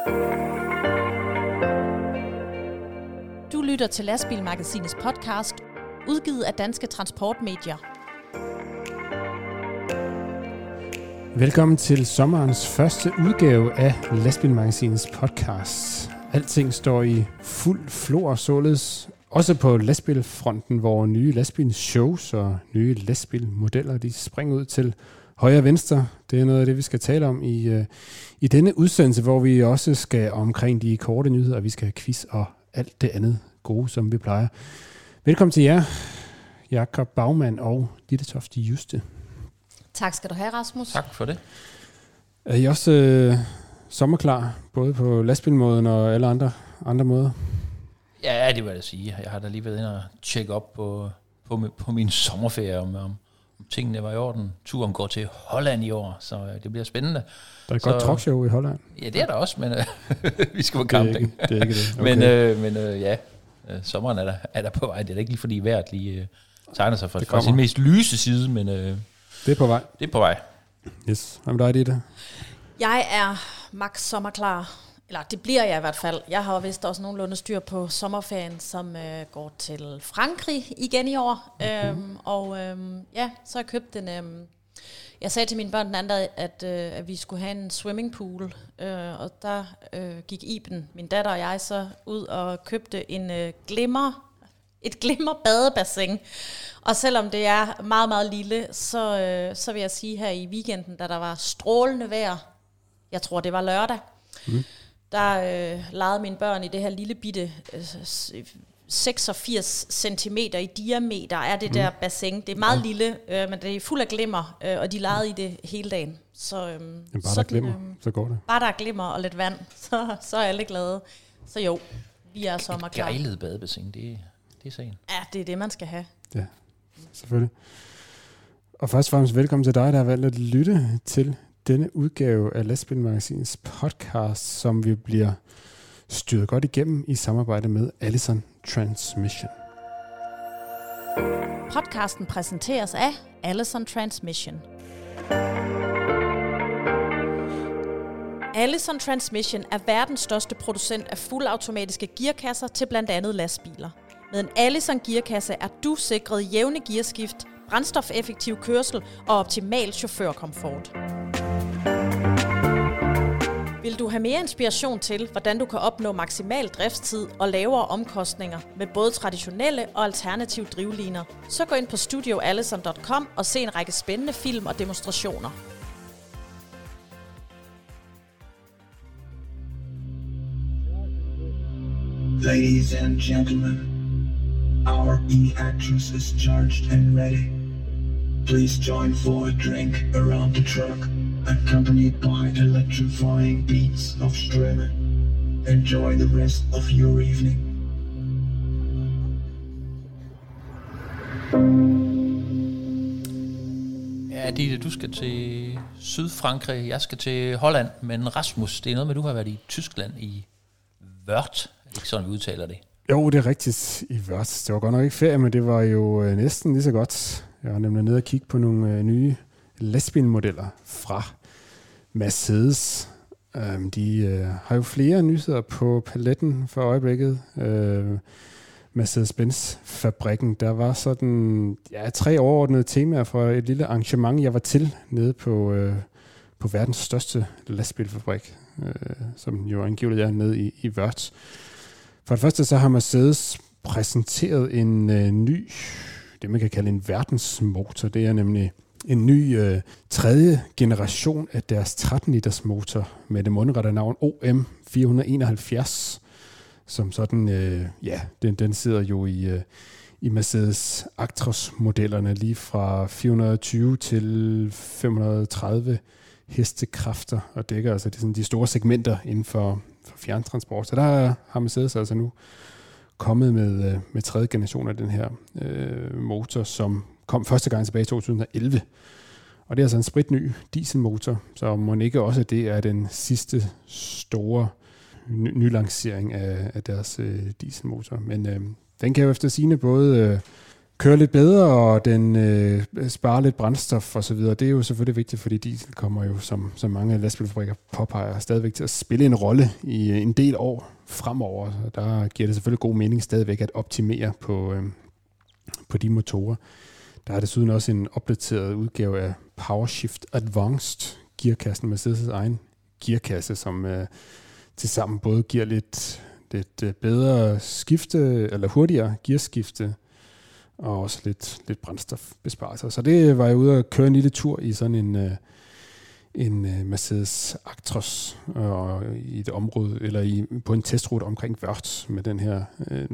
Du lytter til Lastbilmagasinets podcast, udgivet af Danske Transportmedier. Velkommen til sommerens første udgave af Lastbilmagasinets podcast. Alting står i fuld flor, således også på lastbilfronten, hvor nye lastbilshows og nye lastbilmodeller de springer ud til højre og venstre. Det er noget af det, vi skal tale om i denne udsendelse, hvor vi også skal omkring de korte nyheder, og vi skal have quiz og alt det andet gode, som vi plejer. Velkommen til jer, Jakob Baumann og Ditte Tofte Juste. Tak skal du have, Rasmus. Tak for det. Er I også sommerklar, både på lastbilmåden og alle andre måder? Ja, det vil jeg sige. Jeg har da lige været inde og tjekke op på min sommerferie, om tingene var i orden. Turen går til Holland i år, så det bliver spændende. Der er et godt talkshow i Holland. Ja, det er der også, men vi skal på camping. Det er ikke det. Okay. Men sommeren er der på vej. Det er da ikke lige fordi vejret lige tegner sig fra sin mest lyse side, men det er på vej. Det er på vej. Yes. Hvad med dig, Ditte? Jeg er max sommerklar. Eller det bliver jeg i hvert fald. Jeg har vist også nogenlunde styr på sommerferien, som går til Frankrig igen i år. Okay. Så har jeg købt en... jeg sagde til mine børn den anden dag, at vi skulle have en swimmingpool. Og der gik Iben, min datter og jeg, så ud og købte et glimmer badebassin. Og selvom det er meget, meget lille, så vil jeg sige her i weekenden, da der var strålende vejr, jeg tror det var lørdag, der legede mine børn i det her lille bitte 86 centimeter i diameter er det der bassin. Det er meget lille, men det er fuld af glimmer, og de legede i det hele dagen. Så, bare der glimmer, så går det. Bare der glimmer og lidt vand, så er alle glade. Så jo, vi er sommerklar. Et gejlet badebassin, det er sagen. Ja, det er det, man skal have. Ja, selvfølgelig. Og først og fremmest velkommen til dig, der har valgt at lytte til denne udgave af Lastbilmagasinets podcast, som vi bliver styret godt igennem i samarbejde med Allison Transmission. Podcasten præsenteres af Allison Transmission. Allison Transmission er verdens største producent af fuldautomatiske gearkasser til blandt andet lastbiler. Med en Allison gearkasse er du sikret jævne gearskift, brændstofeffektiv kørsel og optimal chaufførkomfort. Vil du have mere inspiration til, hvordan du kan opnå maksimal driftstid og lavere omkostninger med både traditionelle og alternative drivliner, så gå ind på studioallison.com og se en række spændende film og demonstrationer. Ladies and gentlemen, our e-actress is charged and ready. Please join for a drink around the truck, accompanied by electrifying beats of Strömen. Enjoy the rest of your evening. Ja, Ditte, du skal til Sydfrankrig, jeg skal til Holland, men Rasmus, det er noget med, du har været i Tyskland i Wörth. Er det ikke sådan, vi udtaler det? Jo, det er rigtigt i Wörth. Det var godt nok ikke ferie, men det var jo næsten lige så godt. Jeg var nemlig nede og kigge på nogle nye lastbilmodeller fra Mercedes. De har jo flere nyheder på paletten for øjeblikket. Mercedes-Benz-fabrikken. Der var sådan 3 overordnede temaer for et lille arrangement, jeg var til nede på verdens største lastbilfabrik, som jo angiveligt er nede i Wörth. For det første så har Mercedes præsenteret en ny, det man kan kalde en verdensmotor. Det er nemlig en ny 3. generation af deres 13-liters motor med det mundrette navn OM471, som sådan, den sidder jo i Mercedes Actros-modellerne lige fra 420 til 530 hestekræfter, og dækker altså de store segmenter inden for fjerntransport. Så der har Mercedes altså nu kommet med 3. generation af den her motor, som kom første gang tilbage i 2011. Og det er altså en spritny dieselmotor, så må ikke også, at det er den sidste store nylancering af deres dieselmotor. Men den kan jo efter sigende både kører lidt bedre, og den sparer lidt brændstof og så videre. Det er jo selvfølgelig vigtigt, fordi diesel kommer jo, som mange lastbilfabrikker påpeger, stadigvæk til at spille en rolle i en del år fremover. Der giver det selvfølgelig god mening stadigvæk at optimere på de motorer. Der er desuden også en opdateret udgave af PowerShift Advanced, gearkassen, Mercedes' egen gearkasse, som tilsammen både giver lidt bedre skifte, eller hurtigere gearskifte, og også lidt brændstofbesparelser. Så det var jeg ude at køre en lille tur i sådan en Mercedes Actros i et område, eller på en testrute omkring Wörth med den her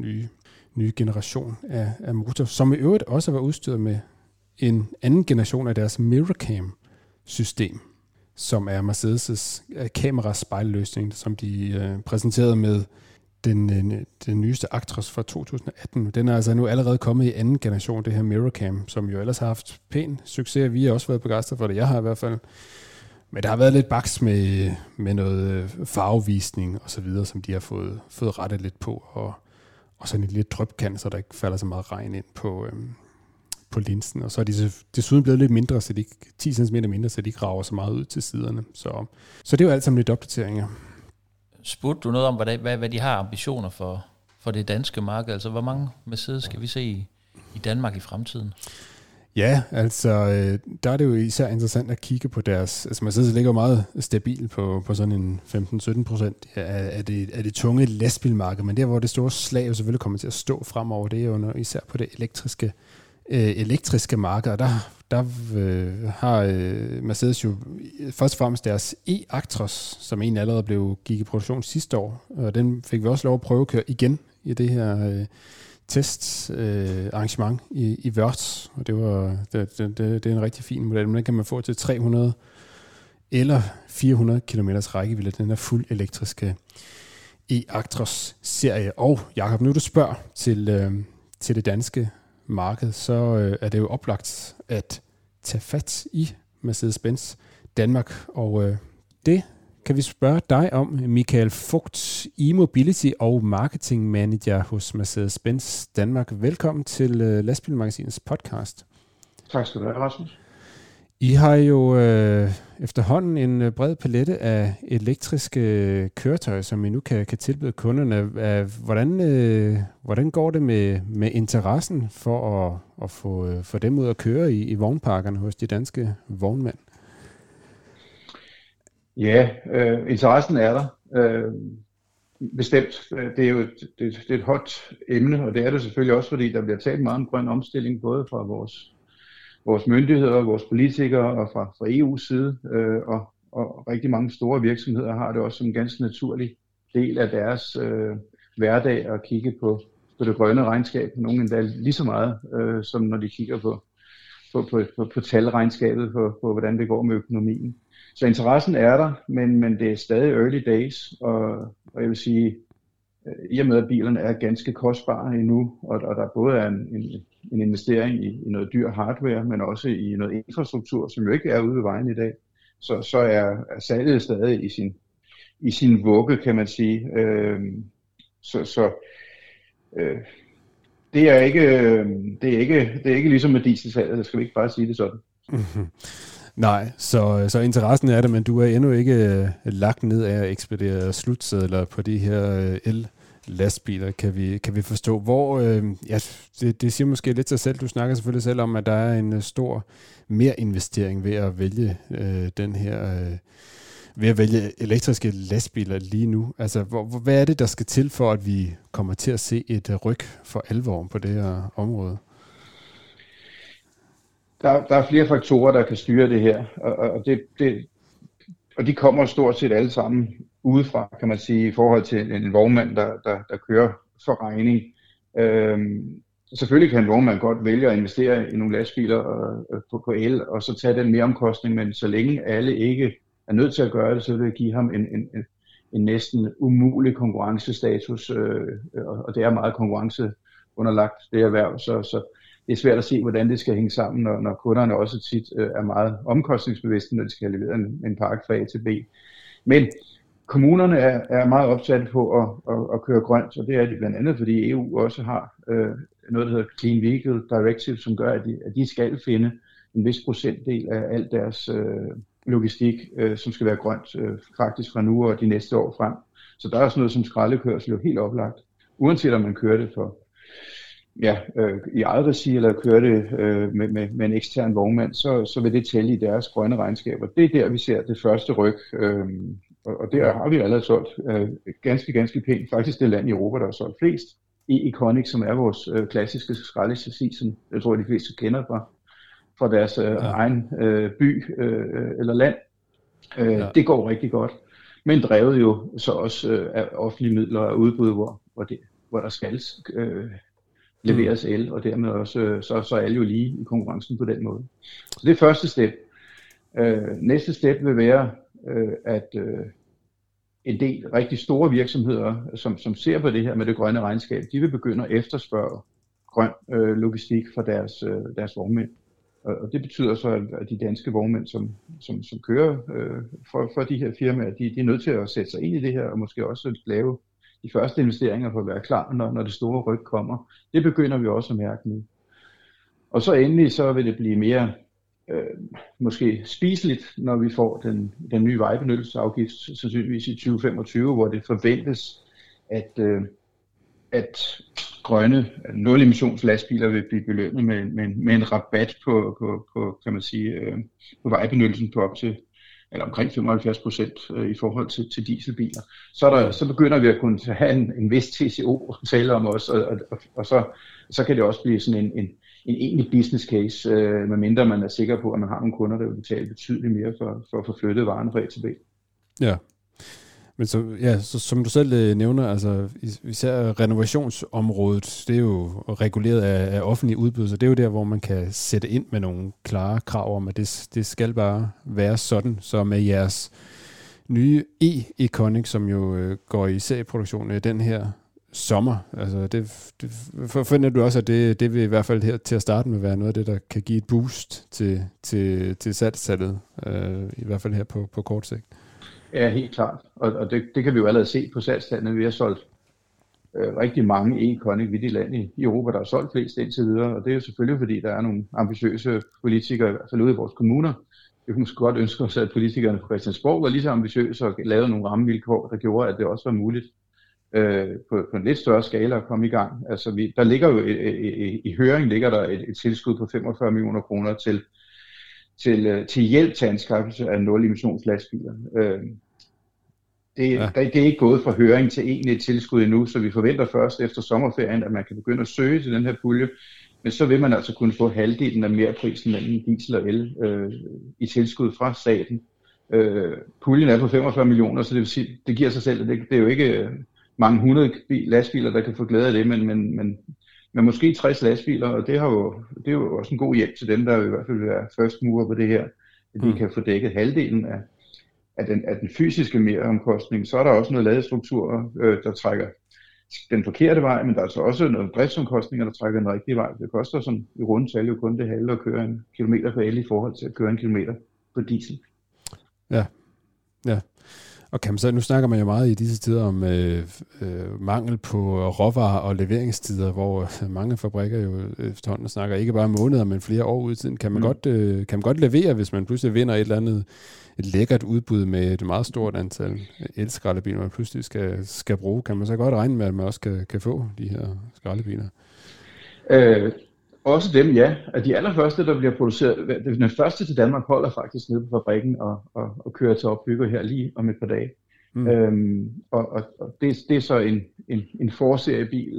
nye generation af motor, som i øvrigt også var udstyret med en anden generation af deres MirrorCam-system, som er Mercedes' kameraspejlløsning, som de præsenterede med den nyeste Actros fra 2018. Den er altså nu allerede kommet i anden generation, det her MirrorCam, som jo ellers har haft pæn succes. Vi har også været begejstrede for det, jeg har i hvert fald. Men der har været lidt baks med noget farvevisning og så videre, som de har fået rettet lidt på, og sådan en lille drypkant, så der ikke falder så meget regn ind på linsen. Og så er de desuden blevet lidt mindre, så de 10 cm mindre, så de ikke rager så meget ud til siderne. Så det er jo alt sammen lidt opdateringer. Spurgte du noget om, hvad de har ambitioner for det danske marked? Altså, hvor mange Mercedes skal vi se i Danmark i fremtiden? Ja, altså, der er det jo især interessant at kigge på deres... Altså, Mercedes ligger jo meget stabil på sådan en 15-17% af det tunge lastbilmarked, men der, hvor det store slag jo selvfølgelig kommer til at stå fremover, det er jo især på det elektriske marked, og der har Mercedes jo først og fremmest deres e-Actros, som egentlig allerede gik i produktion sidste år, og den fik vi også lov at prøve at køre igen i det her testarrangement i Wörth, og det er en rigtig fin model, men den kan man få til 300 eller 400 km rækkevidde, den her fuld elektriske e-Actros-serie. Og Jakob, nu du spørger til det danske marked, så er det jo oplagt at tage fat i Mercedes-Benz Danmark, og det kan vi spørge dig om, Michael Vogt, e-mobility og marketing manager hos Mercedes-Benz Danmark. Velkommen til Lastbilmagasinets podcast. Tak skal du have, Rasmus. I har jo efterhånden en bred palette af elektriske køretøjer, som I nu kan tilbyde kunderne. Hvordan går det med interessen for at få dem ud at køre i vognparkerne hos de danske vognmænd? Ja, interessen er der. Bestemt. Det er jo et hot emne, og det er det selvfølgelig også, fordi der bliver talt meget om grøn omstilling, både fra vores myndigheder, vores politikere og fra EU's side, og rigtig mange store virksomheder har det også som en ganske naturlig del af deres hverdag at kigge på det grønne regnskab, nogle endda lige så meget, som når de kigger på talregnskabet, på hvordan det går med økonomien. Så interessen er der, men det er stadig early days, og jeg vil sige, i og med at bilerne er ganske kostbare endnu, og der både er en investering i noget dyr hardware, men også i noget infrastruktur, som jo ikke er ude ved vejen i dag, så er salget stadig i sin vugge, kan man sige. Det er ikke ligesom med dieselsalget, der skal vi ikke bare sige det sådan. Mm-hmm. Nej, så interessen er det, men du er endnu ikke lagt ned af at ekspedere slutsedler på de her el-lastbiler, kan vi forstå. Hvor, det siger måske lidt sig selv, du snakker selvfølgelig selv om, at der er en stor merinvestering ved at vælge ved at vælge elektriske lastbiler lige nu. Altså, hvad er det, der skal til for, at vi kommer til at se et ryk for alvor på det her område? Der er flere faktorer, der kan styre det her, og de kommer stort set alle sammen udefra, kan man sige, i forhold til en vognmand, der kører for regning. Selvfølgelig kan en vognmand godt vælge at investere i nogle lastbiler på el, og så tage den meromkostning, men så længe alle ikke er nødt til at gøre det, så vil det give ham en næsten umulig konkurrencestatus, og det er meget konkurrenceunderlagt, det erhverv, så det er svært at se, hvordan det skal hænge sammen, når kunderne også tit er meget omkostningsbevidste, når de skal levere en pakke fra A til B. Men kommunerne er meget opsatte på at køre grønt, og det er de blandt andet, fordi EU også har noget, der hedder Clean Vehicle Directive, som gør, at de skal finde en vis procentdel af alt deres logistik, som skal være grønt, faktisk fra nu og de næste år frem. Så der er også noget som skraldekørsel jo helt oplagt. Uanset om man kører det i eget regi, eller kører det med en ekstern vognmand, så vil det tælle i deres grønne regnskaber. Det er der, vi ser det første ryg, og der har vi allerede solgt ganske pænt. Faktisk det land i Europa, der har solgt flest. E-Econic, som er vores klassiske skraldechassis, som jeg tror, de fleste kender fra deres egen by eller land. Det går rigtig godt, men drevet jo så også af offentlige midler og udbud, hvor der skal leveres el, og dermed også, så er alle jo lige i konkurrencen på den måde. Så det er første step. Næste step vil være, at en del rigtig store virksomheder, som ser på det her med det grønne regnskab, de vil begynde at efterspørge grøn logistik fra deres vognmænd. Og det betyder så, at de danske vognmænd, som kører for de her firmaer, de er nødt til at sætte sig ind i det her, og måske også lave de første investeringer for at være klar, når det store ryg kommer. Det begynder vi også at mærke nu. Og så endelig så vil det blive mere måske spiseligt, når vi får den nye vejbenyttelsesafgift, sandsynligvis i 2025, hvor det forventes, at grønne nul-emissionslastbiler vil blive belønnet med en rabat på kan man sige, på vejbenyttelsen på op til eller omkring 75% i forhold til dieselbiler. Så begynder vi at kunne have en vis TCO at tale om os, og så kan det også blive sådan en egentlig business case, medmindre man er sikker på, at man har nogle kunder, der vil betale betydeligt mere for at få flyttet varen fra A til B. Ja. Men så som du selv nævner, altså især renovationsområdet, det er jo reguleret af offentlige udbud, så det er jo der, hvor man kan sætte ind med nogle klare krav om, at det skal bare være sådan. Så med jeres nye E-Econic, som jo går i serieproduktion den her sommer, altså det forventer du også, at det vil i hvert fald her til at starte med være noget af det, der kan give et boost til salgstallet, i hvert fald her på kort sigt. Ja, helt klart. Og det kan vi jo allerede se på salgstallene. Vi har solgt rigtig mange E-Econic ved de lande i Europa, der har solgt flest indtil videre. Og det er jo selvfølgelig, fordi der er nogle ambitiøse politikere, i hvert fald ude i vores kommuner. Vi kunne måske godt ønske os, at politikerne på Christiansborg var lige så ambitiøse og lavede nogle rammevilkår, der gjorde, at det også var muligt på en lidt større skala at komme i gang. Altså der ligger jo i høring ligger der et tilskud på 45 millioner kroner til hjælp til anskaffelse af nul-emissionslastbiler. Det er ikke gået fra høring til egentlig et tilskud endnu, så vi forventer først efter sommerferien, at man kan begynde at søge til den her pulje, men så vil man altså kunne få halvdelen af merprisen mellem diesel og el i tilskud fra staten. Puljen er på 45 millioner, så det vil sige, det giver sig selv, at det er jo ikke mange 100 lastbiler, der kan få glæde af det, men måske 60 lastbiler, og det er jo også en god hjælp til dem, der i hvert fald vil være first mover på det her, at de kan få dækket halvdelen af den fysiske meromkostning. Så er der også noget ladestruktur, der trækker den forkerte vej, men der er altså også nogle driftsomkostninger, der trækker den rigtige vej. Det koster sådan i rundtal jo kun det halve at køre en kilometer på el i forhold til at køre en kilometer på diesel. Ja. Og nu snakker man jo meget i disse tider om mangel på råvarer og leveringstider, hvor mange fabrikker jo efterhånden snakker ikke bare måneder, men flere år ud i tiden. Kan man godt levere, hvis man pludselig vinder et lækkert udbud med et meget stort antal elskraldebiler, man pludselig skal bruge? Kan man så godt regne med, at man også kan få de her skraldebiler? Også dem, ja. At de allerførste, der bliver produceret, den første til Danmark holder faktisk nede på fabrikken og kører til opbygger her lige om et par dage. Og det er så en forseriebil,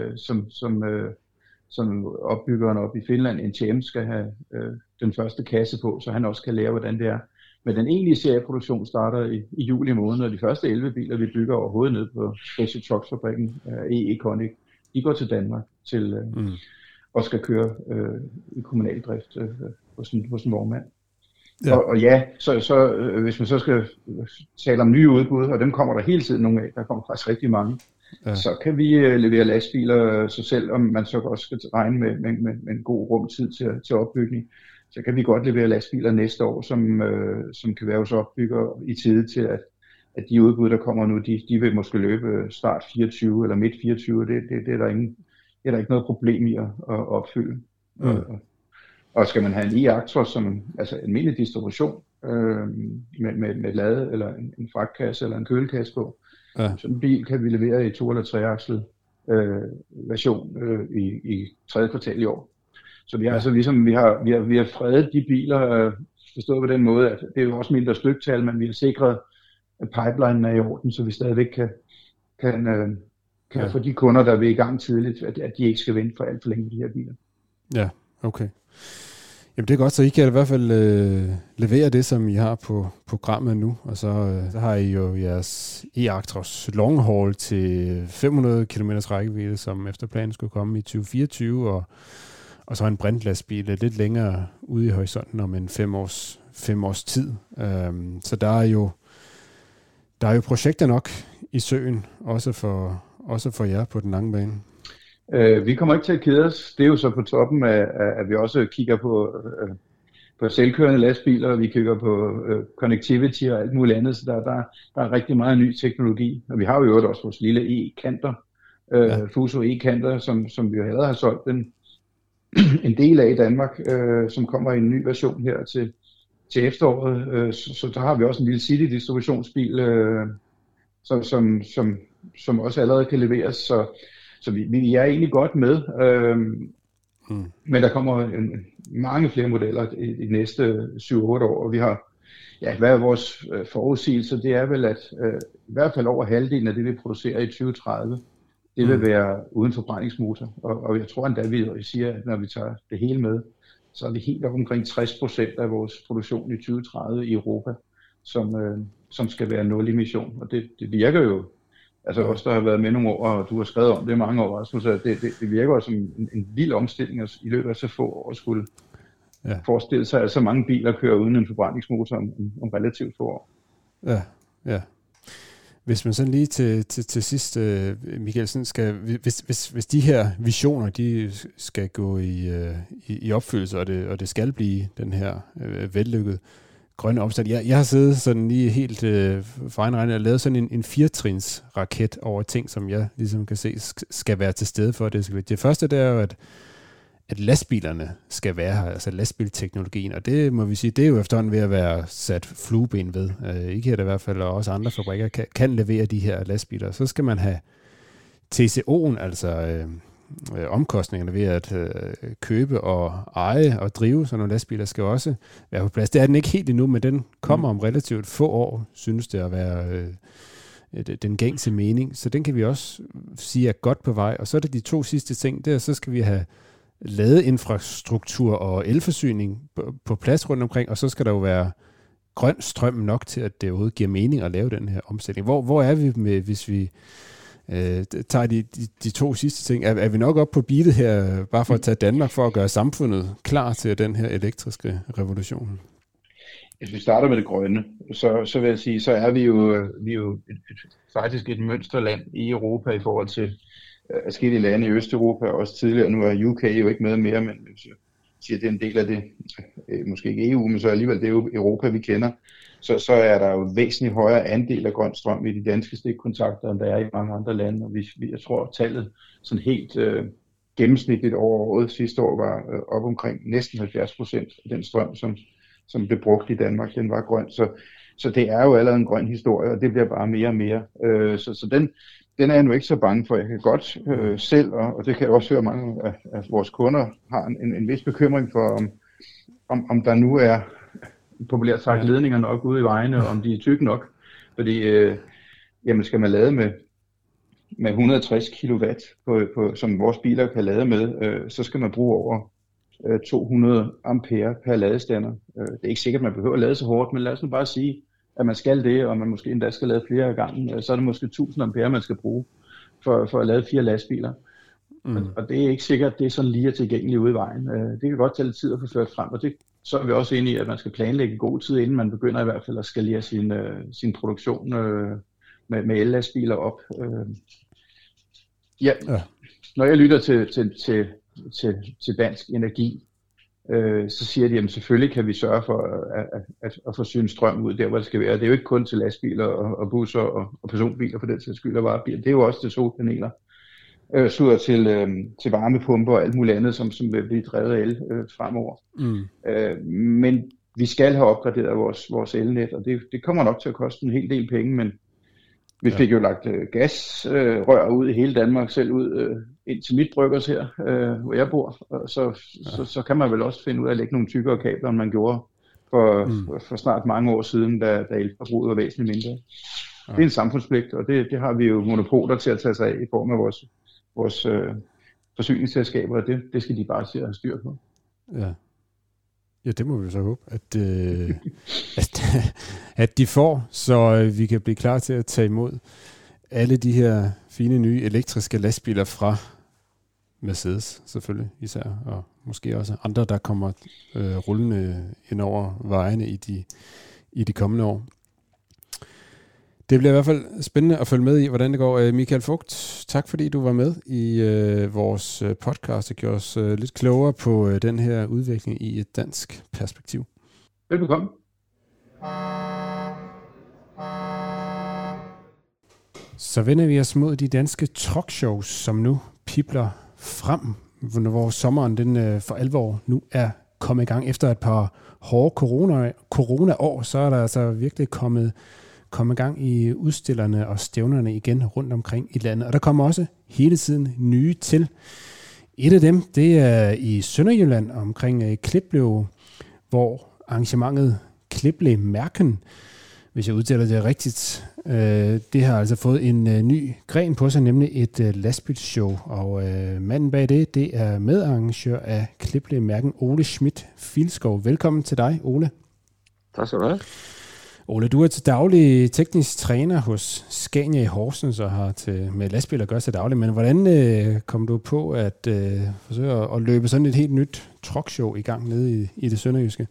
som opbyggeren op i Finland, NTM, skal have den første kasse på, så han også kan lære, hvordan det er. Men den egentlige serieproduktion starter i juli måned, og de første 11 biler, vi bygger overhovedet nede på Special Trucks-fabrikken, E-Econic, de går til Danmark og skal køre i kommunal drift hos en vognmand. Ja. Og ja, så hvis man så skal tale om nye udbud, og dem kommer der hele tiden nogle af, der kommer faktisk rigtig mange, så kan vi levere lastbiler, så selvom man så også skal regne med en god rumtid til opbygning, så kan vi godt levere lastbiler næste år, som kan være hos opbygger i tide til, at de udbud, der kommer nu, de vil måske løbe start 24 eller midt 24, det er der er der ikke noget problem i at opfylde. Og skal man have en e-Actros som altså almindelig distribution med lade eller en fragtkasse eller en kølekasse på, sådan en bil kan vi levere i 2- eller 3-akslet version i 3. kvartal i år. Så vi har altså ligesom vi har fredet de biler, forstået på den måde, at det er jo også mindre styktal, men vi har sikret, at pipelinen er i orden, så vi stadigvæk kan få de kunder, der vil i gang tidligt, at de ikke skal vente for alt for længe på de her biler. Ja, okay. Jamen det er godt, så I kan i hvert fald levere det, som I har på programmet nu, og så har I jo jeres e-Actros long haul til 500 km rækkevidde, som efter planen skulle komme i 2024, og så en brintlastbil lidt længere ude i horisonten om en 5 års tid. Så der er jo projekter nok i søen, også for jer på den lange bane. Vi kommer ikke til at kede os. Det er jo så på toppen af, at vi også kigger på selvkørende lastbiler, og vi kigger på connectivity og alt muligt andet, så der er rigtig meget ny teknologi. Og vi har jo også vores lille e-kanter, Fuso e-kanter, som vi jo allerede har solgt en del af i Danmark, som kommer i en ny version her til efteråret. Så der har vi også en lille City-distributionsbil, som også allerede kan leveres. Så vi er egentlig godt med, men der kommer mange flere modeller i de næste 7-8 år, og vi har, hvad er vores forudsigelse? Det er vel, at i hvert fald over halvdelen af det, vi producerer i 2030, det vil være uden forbrændingsmotor, og jeg tror endda, vi siger, at når vi tager det hele med, så er vi helt op omkring 60% af vores produktion i 2030 i Europa, som skal være nul emission, og det virker jo. Altså også der har været med nogle år, og du har skrevet om det mange år, så det virker jo som en vild omstilling, og i løbet af så få år skulle forestille sig, at så mange biler kører uden en forbrændingsmotor om relativt få år. Ja. Hvis man sådan lige til sidst, Michael, sådan hvis de her visioner, de skal gå i opfyldelse, og det skal blive den her vellykket grønne omstilling. Jeg har siddet sådan lige helt for egen regning og lavet sådan en 4-trins raket over ting, som jeg ligesom kan se skal være til stede for, at det skal være. Det første, det er jo, at lastbilerne skal være her, altså lastbilteknologien, og det må vi sige, det er jo efterhånden ved at være sat flueben ved. Ikke her i hvert fald, og også andre fabrikker kan levere de her lastbiler. Så skal man have TCO'en, altså omkostningerne ved at købe og eje og drive sådan nogle lastbiler skal også være på plads. Det er den ikke helt endnu, men den kommer om relativt få år, synes det at være den gængse mening. Så den kan vi også sige er godt på vej. Og så er det de 2 sidste ting, der så skal vi have ladeinfrastruktur og elforsyning på plads rundt omkring, og så skal der jo være grøn strøm nok til, at det overhovedet giver mening at lave den her omstilling. Hvor er vi med, hvis vi tager de 2 sidste ting? Er vi nok oppe på beatet her, bare for at tage Danmark, for at gøre samfundet klar til den her elektriske revolution? Hvis vi starter med det grønne, så vil jeg sige, så er vi jo faktisk et mønsterland i Europa i forhold til forskellige lande i Østeuropa, også tidligere. Nu er UK jo ikke med mere, men hvis jeg siger, at det er en del af det, måske ikke EU, men så alligevel det er jo Europa, vi kender. Så er der jo væsentligt højere andel af grøn strøm i de danske stikkontakter, end der er i mange andre lande. Og jeg tror, at tallet sådan helt gennemsnitligt over året sidste år var op omkring næsten 70% af den strøm, som blev brugt i Danmark, den var grøn. Så det er jo allerede en grøn historie, og det bliver bare mere og mere. Så den er jeg nu ikke så bange for. Jeg kan godt selv, og det kan jeg også høre mange af vores kunder, har en vis bekymring for, om der nu er populært sagt ledninger nok ude i vejene, og om de er tykke nok. Fordi jamen skal man lade med 160 kW, som vores biler kan lade med, så skal man bruge over 200 ampere per ladestander. Det er ikke sikkert, at man behøver at lade så hårdt, men lad os nu bare sige, at man skal det, og man måske endda skal lade flere gange, så er det måske 1000 ampere, man skal bruge for at lade 4 lastbiler. Og det er ikke sikkert, at det er sådan lige tilgængeligt ude i vejen. Det kan godt tage lidt tid at få ført frem, og så er vi også enige i, at man skal planlægge god tid, inden man begynder i hvert fald at skalere sin produktion med el-lastbiler op. Når jeg lytter til Dansk Energi, så siger de, at selvfølgelig kan vi sørge for at forsyne strøm ud der, hvor det skal være. Det er jo ikke kun til lastbiler og busser og personbiler for den sags skyld og varebiler. Det er jo også til solpaneler. til varmepumper og alt muligt andet, som vil blive drevet af el fremover. Men vi skal have opgraderet vores elnet, og det kommer nok til at koste en hel del penge, men vi fik jo lagt gasrør ud i hele Danmark, selv ud ind til mit bryggers her, hvor jeg bor. Så kan man vel også finde ud af at lægge nogle tykkere kabler, end man gjorde for snart mange år siden, da elforbruget var væsentligt mindre. Ja. Det er en samfundspligt, og det har vi jo monopoler til at tage sig af i form af vores forsyningsselskaber, og det skal de bare se at have styr på. Ja, det må vi så håbe, at de får, så vi kan blive klar til at tage imod alle de her fine nye elektriske lastbiler fra Mercedes selvfølgelig især, og måske også andre, der kommer rullende ind over vejene i de kommende år. Det bliver i hvert fald spændende at følge med i, hvordan det går. Michael Vogt, tak fordi du var med i vores podcast og gjorde os lidt klogere på den her udvikling i et dansk perspektiv. Velbekomme. Så vender vi os mod de danske truckshows, som nu pibler frem, hvor sommeren den for alvor nu er kommet i gang. Efter et par hårde corona-år, så er der altså virkelig kommet gang i udstillerne og stævnerne igen rundt omkring i landet. Og der kommer også hele tiden nye til. Et af dem, det er i Sønderjylland omkring Kliplev, hvor arrangementet Kliplev Mærken, hvis jeg udtaler det rigtigt, det har altså fået en ny gren på sig, nemlig et lastbilshow. Og manden bag det er medarrangør af Kliplev Mærken, Ole Schmidt Filskov. Velkommen til dig, Ole. Tak skal du have. Ole, du er til daglig teknisk træner hos Scania i Horsens og har med lastbiler at gøre til daglig. Men hvordan kom du på at forsøge at løbe sådan et helt nyt truckshow i gang nede i det sønderjyske?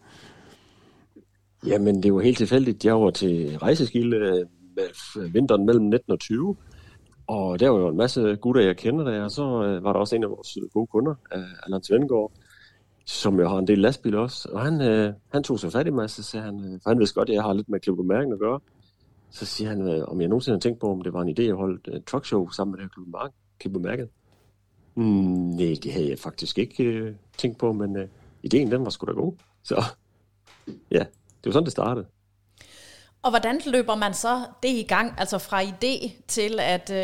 Jamen, det var helt tilfældigt. Jeg var til Rejseskilde vinteren mellem 19 og 20. Og der var jo en masse gutter, jeg kender der. Og så var der også en af vores gode kunder, Allan Svendgaard, som jo har en del lastbiler også, og han tog sig fat i mig, så sagde han, for han vidste godt, at jeg har lidt med Kliplev Mærken at gøre, så siger han, om jeg nogensinde har tænkt på, om det var en idé at holde et truckshow sammen med det her Kliplev Mærken. Nej, det havde jeg faktisk ikke tænkt på, men ideen den var sgu da god. Så ja, det var sådan, det startede. Og hvordan løber man så det i gang, altså fra idé til,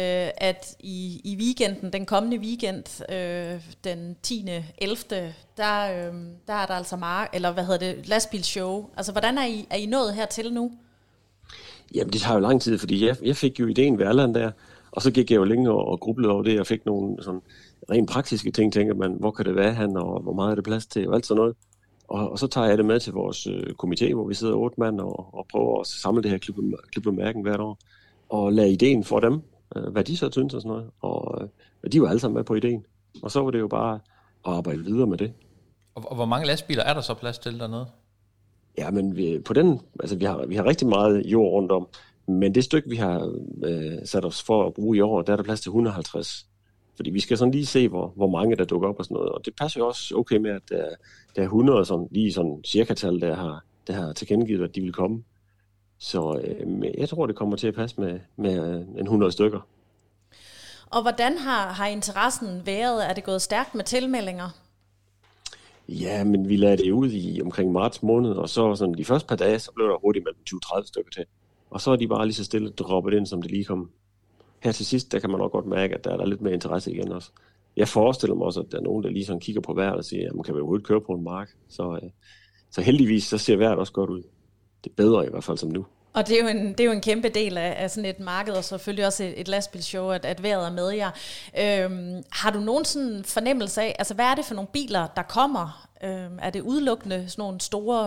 at i weekenden, den kommende weekend, den 10. 11., der er der altså lastbilshow. Altså, hvordan er I nået hertil nu? Jamen, det tager jo lang tid, fordi jeg fik jo ideen ved Allan der, og så gik jeg jo længe og grublede over det, og fik nogle sådan rent praktiske ting, tænker man, hvor kan det være han, og hvor meget er det plads til, og alt sådan noget. Og så tager jeg det med til vores komité, hvor vi sidder 8 mand og prøver at samle det her Kliplev Mærken hvert år. Og lade ideen for dem, hvad de så synes og sådan noget. Og de var alle sammen med på ideen. Og så var det jo bare at arbejde videre med det. Og hvor mange lastbiler er der så plads til dernede? Ja, men vi har rigtig meget jord rundt om. Men det stykke, vi har sat os for at bruge i år, der er der plads til 150. Fordi vi skal sådan lige se, hvor mange der dukker op og sådan noget. Og det passer jo også okay med, at der er 100 sådan, lige sådan cirka-tal, der har tilkendegivet, at de vil komme. Så jeg tror, det kommer til at passe med en 100 stykker. Og hvordan har interessen været? Er det gået stærkt med tilmeldinger? Ja, men vi lagde det ud i omkring marts måned, og så sådan de første par dage, så blev der hurtigt mellem 20-30 stykker til. Og så er de bare lige så stille droppet ind, som det lige kom. Her til sidst, der kan man nok godt mærke, at der er lidt mere interesse igen også. Jeg forestiller mig også, at der er nogen, der lige sådan kigger på vejret og siger, at man kan vel overhovedet køre på en mark. Så heldigvis, så ser vejret også godt ud. Det er bedre i hvert fald som nu. Og det er jo en kæmpe del af sådan et marked, og selvfølgelig også et lastbilshow, at vejret er med jer. Har du nogen sådan fornemmelse af, altså hvad er det for nogle biler, der kommer? Er det udelukkende sådan nogle store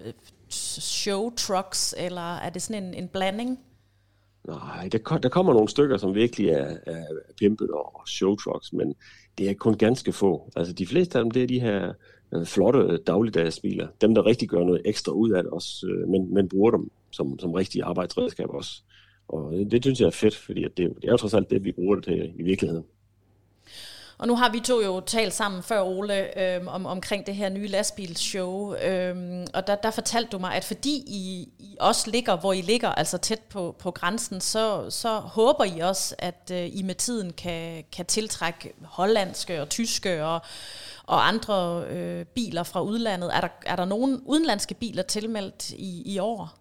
show trucks, eller er det sådan en blanding? Nej, der kommer nogle stykker, som virkelig er pimpet og show trucks, men det er kun ganske få. Altså de fleste af dem, det er de her flotte dagligdagsbiler. Dem, der rigtig gør noget ekstra ud af det også, men bruger dem som rigtige arbejdsredskab også. Og det synes jeg er fedt, fordi det er jo trods alt det, vi bruger det til i virkeligheden. Og nu har vi to jo talt sammen før, Ole, omkring det her nye lastbilsshow, og der fortalte du mig, at fordi I også ligger, hvor I ligger, altså tæt på grænsen, så håber I også, at I med tiden kan tiltrække hollandske og tyske og andre biler fra udlandet. Er der nogen udenlandske biler tilmeldt i år?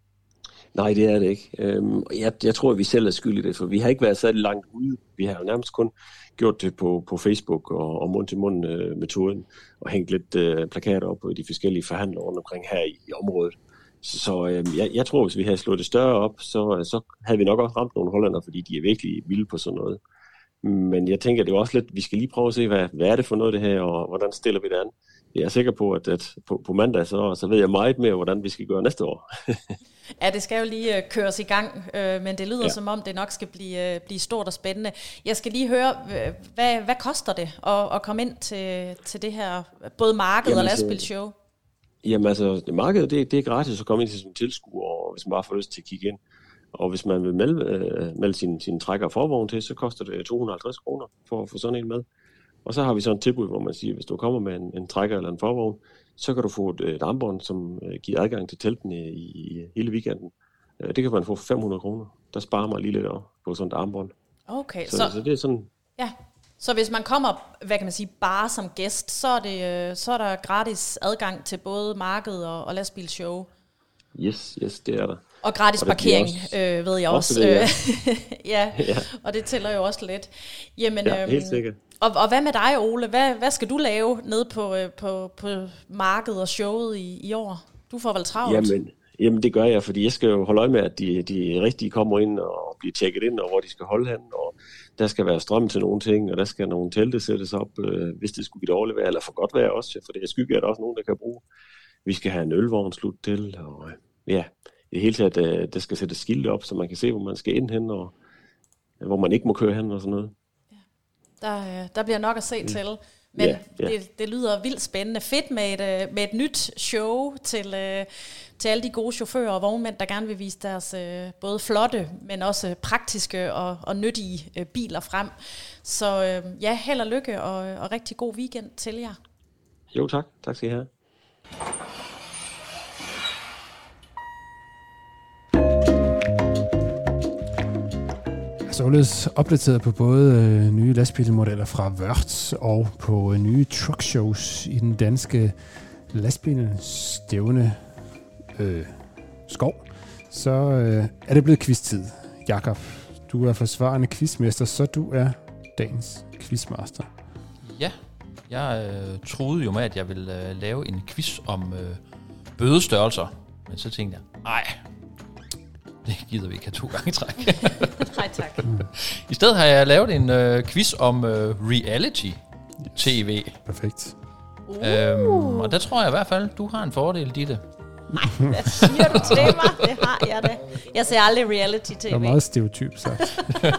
Nej, det er det ikke. Jeg tror, at vi selv er skyld i det, for vi har ikke været særlig langt ude. Vi har jo nærmest kun gjort det på Facebook og mund-til-mund-metoden, og hængt lidt plakater op på de forskellige forhandlere rundt omkring her i området. Så jeg tror, hvis vi havde slået det større op, så havde vi nok også ramt nogle hollænder, fordi de er virkelig vilde på sådan noget. Men jeg tænker, det er også lidt, vi skal lige prøve at se, hvad er det for noget det her, og hvordan stiller vi det an. Jeg er sikker på, at på mandag, så ved jeg meget mere, hvordan vi skal gøre næste år. Ja, det skal jo lige køres i gang, men det lyder som om, det nok skal blive stort og spændende. Jeg skal lige høre, hvad koster det at komme ind til det her, både marked og lastbilshow? Jamen altså, markedet det er gratis at komme ind til som tilskuer, hvis man bare får lyst til at kigge ind. Og hvis man vil melde sin trækker og forvogn til, så koster det 250 kroner for at få sådan en med. Og så har vi sådan et tilbud, hvor man siger, hvis du kommer med en trækker eller en forvogn, så kan du få et armbånd, som giver adgang til teltene i hele weekenden. Det kan man få for 500 kroner. Der sparer man lige lidt på sådan et armbånd. Okay, så det er sådan... Ja, så hvis man kommer, hvad kan man sige, bare som gæst, så er der gratis adgang til både marked og lastbilshow. Yes, det er der. Og gratis parkering, ved jeg også. Det, ja, og det tæller jo også lidt. Jamen, helt sikkert. Og hvad med dig, Ole? Hvad skal du lave nede på markedet og showet i år? Du får vel travlt? Jamen det gør jeg, fordi jeg skal jo holde øje med, at de rigtige kommer ind og bliver tjekket ind, og hvor de skal holde hen, og der skal være strøm til nogle ting, og der skal nogle telte sættes op, hvis det skulle blive dårligt vejr, eller for godt vejr også, for det er skygge, er der også nogen, der kan bruge. Vi skal have en ølvogn slut til, og ja, i det hele taget, der skal sættes skilte op, så man kan se, hvor man skal ind hen, og hvor man ikke må køre hen og sådan noget. Der bliver nok at se til. Men det lyder vildt spændende. Fedt med et nyt show til alle de gode chauffører og vognmænd, der gerne vil vise deres både flotte, men også praktiske og nyttige biler frem. Så held og lykke og rigtig god weekend til jer. Jo tak. Tak skal I have. Således opdateret på både nye lastbilmodeller fra Wörth og på nye truckshows i den danske lastbilstævne skov. Så er det blevet quiz-tid. Jakob, du er forsvarende quizmester, så du er dagens quizmaster. Ja, jeg troede jo med, at jeg ville lave en quiz om bødestørrelser, men så tænkte jeg, nej, det gider vi ikke have 2 gange i træk. Nej, tak. I stedet har jeg lavet en quiz om reality-tv. Perfekt. Og der tror jeg i hvert fald, du har en fordel, Ditte. Nej, hvad siger du til mig? Det har jeg da. Jeg ser aldrig reality-tv. Det er meget stereotyp sagt.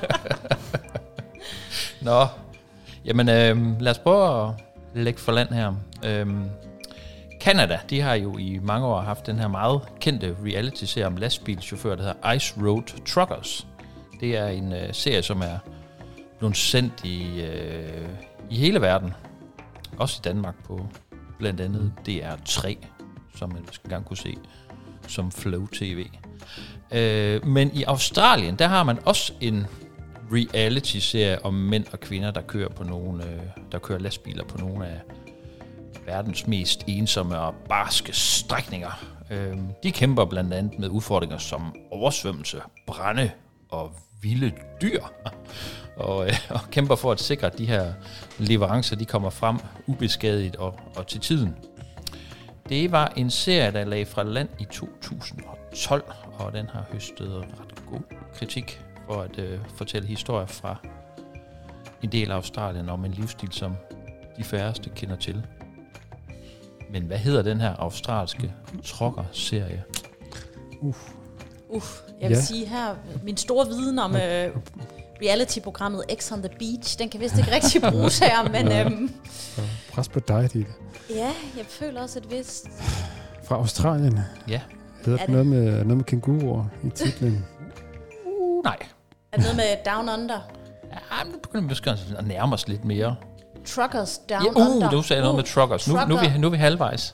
Nå, jamen lad os prøve at lægge for land her. Canada, de har jo i mange år haft den her meget kendte reality-serie om lastbilchauffører, der hedder Ice Road Truckers. Det er en serie, som er blevet sendt i hele verden. Også i Danmark på blandt andet DR3, som man skal gerne kunne se som Flow TV. Men i Australien, der har man også en reality-serie om mænd og kvinder, der kører lastbiler på nogle af verdens mest ensomme og barske strækninger. De kæmper blandt andet med udfordringer som oversvømmelse, brande og vilde dyr. Og kæmper for at sikre, at de her leverancer de kommer frem ubeskadiget og til tiden. Det var en serie, der lagde fra land i 2012, og den har høstet ret god kritik for at fortælle historier fra en del af Australien om en livsstil, som de færreste kender til. Men hvad hedder den her australske trucker-serie? Jeg vil sige her, min store viden om reality-programmet X on the Beach, den kan vist ikke rigtig bruges her, men... Pres på dig, Ditte. Ja, jeg føler også et vist... Fra Australien? Ja. Hedder det noget med kænguruer i titlen? Nej. Er det noget med Down Under? Ja, nu begynder vi måske at nærme os lidt mere. Truckers Down Under. Du sagde noget med truckers. Nu er vi halvvejs.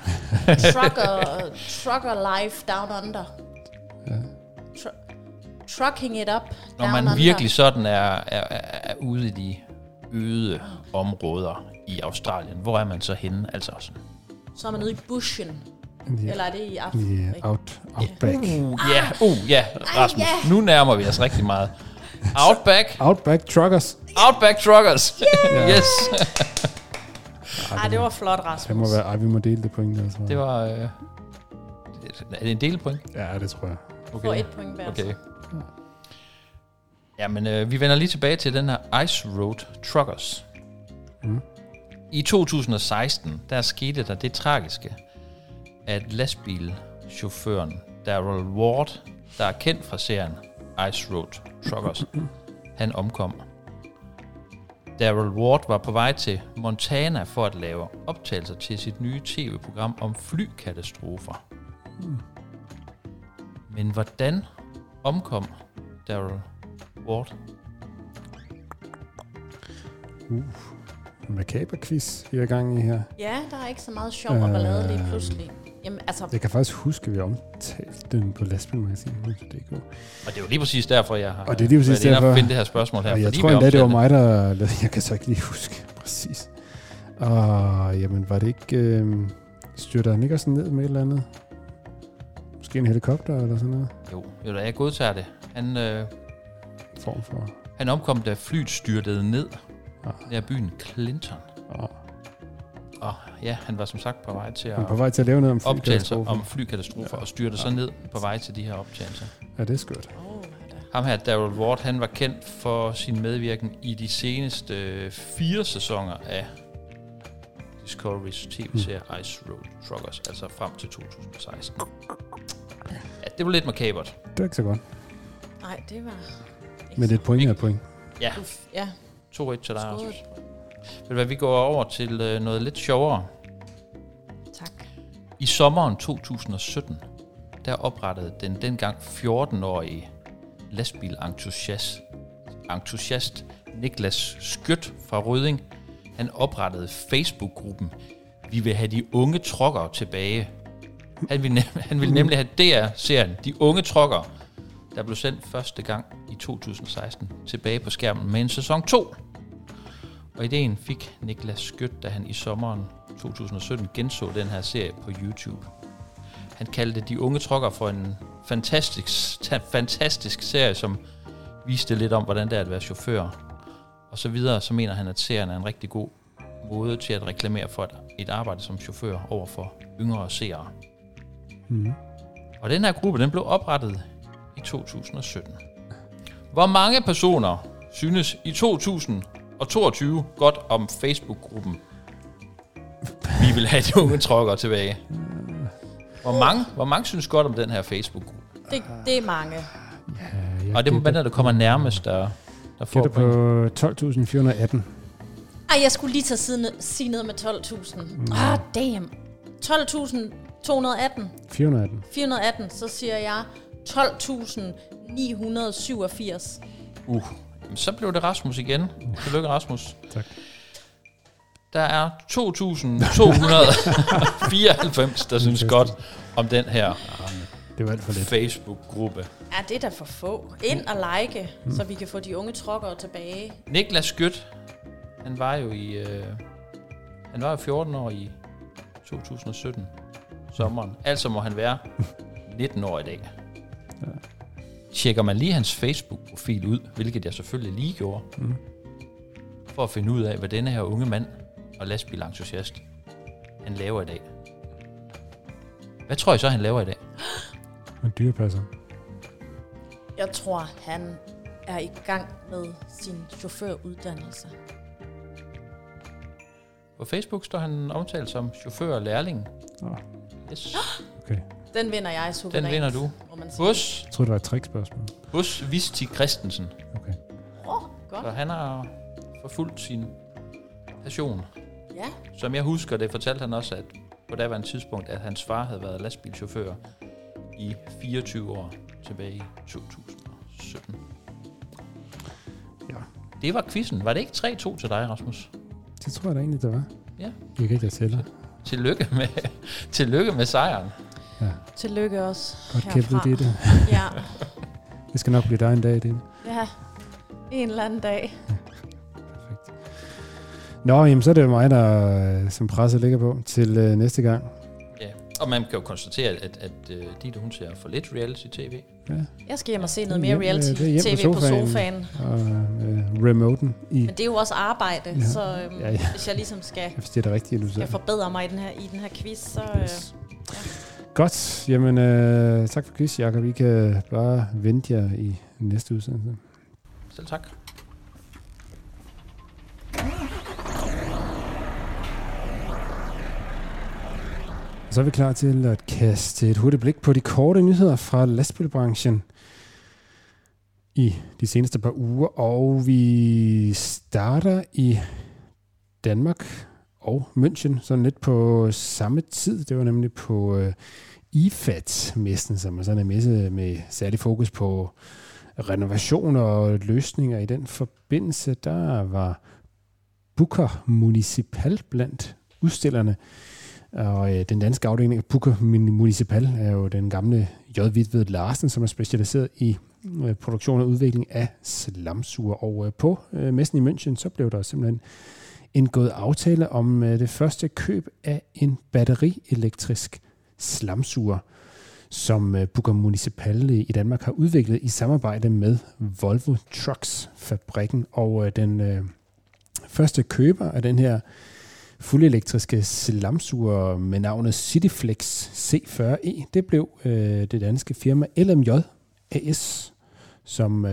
Trucker Life Down Under. Ja. Trucking it up. Når man virkelig sådan er ude i de øde områder i Australien, hvor er man så henne? Altså sådan. Så er man ude i bushen. Ja. Eller er det i Afrika? Outback. Rasmus. Nu nærmer vi os rigtig meget. Outback Truckers. Outback Truckers. Yeah. Yes. Det var flot, Rasmus. Det må være, vi må dele det point der, tror jeg. Det var... er det en delpoint? Ja, det tror jeg. Okay. For 1 point hver. Okay. Ja, men vi vender lige tilbage til den her Ice Road Truckers. I 2016, der skete der det tragiske, at lastbilchaufføren Daryl Ward, der er kendt fra serien Ice Road Truckers, han omkom. Daryl Ward var på vej til Montana for at lave optagelser til sit nye tv-program om flykatastrofer. Men hvordan omkom Daryl Ward? En makaber quiz, vi er i gang i her. Ja, der er ikke så meget sjov og ballade lige pludselig. Jamen, altså... Jeg kan faktisk huske, at vi omtalte den på lastbilmagasinet.dk. Og det er jo lige præcis derfor, jeg har været inde og finde det her spørgsmål her. Og jeg tror endda, det var mig, der... Jeg kan så ikke lige huske præcis. Jamen, var det ikke... styrte han ikke også ned med et eller andet? Måske en helikopter eller sådan noget? Jo, jeg godtager det. Form for... Han omkom, da flyet styrtede ned nær byen Clinton. Og ja, han var som sagt på vej til at lave noget om flykatastrofer og styrte så ned på vej til de her optagelser. Ja, det er skørt. Ham her, Daryl Ward, han var kendt for sin medvirken i de seneste 4 sæsoner af Discoverys tv-serie Ice Road Truckers, altså frem til 2016. Ja, det var lidt makabert. Det var ikke så godt. Nej, det var... Men det er et point af et point. Ja. Ja. 2-1 til dig, Rasmus. Ved du hvad, vi går over til noget lidt sjovere. Tak. I sommeren 2017, der oprettede den dengang 14-årige lastbilentusiast Niklas Skødt fra Rødding. Han oprettede Facebook-gruppen Vi vil have de unge truckere tilbage. Han ville nemlig have DR-serien De Unge Truckere, der blev sendt første gang i 2016 tilbage på skærmen med en sæson 2. Og ideen fik Niklas Skødt, da han i sommeren 2017 genså den her serie på YouTube. Han kaldte De Unge Truckere for en fantastisk serie, som viste lidt om, hvordan det er at være chauffør. Og så videre, så mener han, at serien er en rigtig god måde til at reklamere for et arbejde som chauffør over for yngre seere. Og den her gruppe, den blev oprettet i 2017. Hvor mange personer synes i 2022 godt om Facebook-gruppen Vi vil have de unge truckere tilbage? Hvor mange synes godt om den her Facebook-gruppe? Det er mange. Ja, og det er, hvad der kommer nærmest, der får det på 12.418. Jeg skulle lige til at sige noget med 12.000. Damn. 12.218. 418, så siger jeg 12.987. Så blev det Rasmus igen. Tillykke, Rasmus. Tak. Der er 2.294, der synes godt om den her det var alt for lidt. Facebook-gruppe. Ja, det er da for få. Ind og like, så vi kan få de unge truckere tilbage. Niklas Skødt, han var jo 14 år i 2017 sommeren. Altså må han være 19 år i dag. Ja. Tjekker man lige hans Facebook-profil ud, hvilket jeg selvfølgelig lige gjorde, for at finde ud af, hvad denne her unge mand og lastbilentusiast, han laver i dag. Hvad tror I så, han laver i dag? En dyrepasser. Jeg tror, han er i gang med sin chaufføruddannelse. På Facebook står han omtalt som chauffør og lærling. Yes. Okay. Den vinder jeg suverænt. Den vinder du. Bus. Jeg tror det var et trickspørgsmål. Bus Visti Christensen. Okay. Godt. Så han har forfulgt sin passion. Ja. Som jeg husker det, fortalte han også, at på daværende tidspunkt, at hans far havde været lastbilchauffør i 24 år tilbage i 2017. Ja. Det var quizzen. Var det ikke 3-2 til dig, Rasmus? Det tror jeg da egentlig, det var. Ja. Jeg kan ikke tælle. Tillykke med sejren. Ja. Tillykke også. Godt kæmpet, Ditte. Ja. Det skal nok blive dig en dag, Ditte. Ja, en eller anden dag. Perfekt. Nå, jamen så er det jo mig, der som presset ligger på til næste gang. Ja, og man kan jo konstatere, at Ditte, hun ser for lidt reality-tv. Ja. Jeg skal hjem og se noget mere reality-tv på sofaen. Og remoten i. Men det er jo også arbejde, ja. Så hvis jeg ligesom skal forbedre mig i den her quiz, så... Yes. Ja. Godt. Jamen, tak for quiz, Jakob. Vi kan bare vente jer i næste udsendelse. Selv tak. Så er vi klar til at kaste et hurtigt blik på de korte nyheder fra lastbilbranchen i de seneste par uger. Og vi starter i Danmark og München sådan lidt på samme tid. Det var nemlig på IFAT-messen, som er sådan en messe med særlig fokus på renovation og løsninger. I den forbindelse, der var Booker Municipal blandt udstillerne. Og den danske afdeling af Booker Municipal er jo den gamle J. Hvidtved Larsen, som er specialiseret i produktion og udvikling af slamsuger. Og på messen i München, så blev der simpelthen indgået aftale om det første køb af en batterielektrisk slamsuger, som Booker Municipal i Danmark har udviklet i samarbejde med Volvo Trucks-fabrikken. Og den første køber af den her fuldelektriske slamsuger med navnet CityFlex C40E, det blev det danske firma LMJ AS, som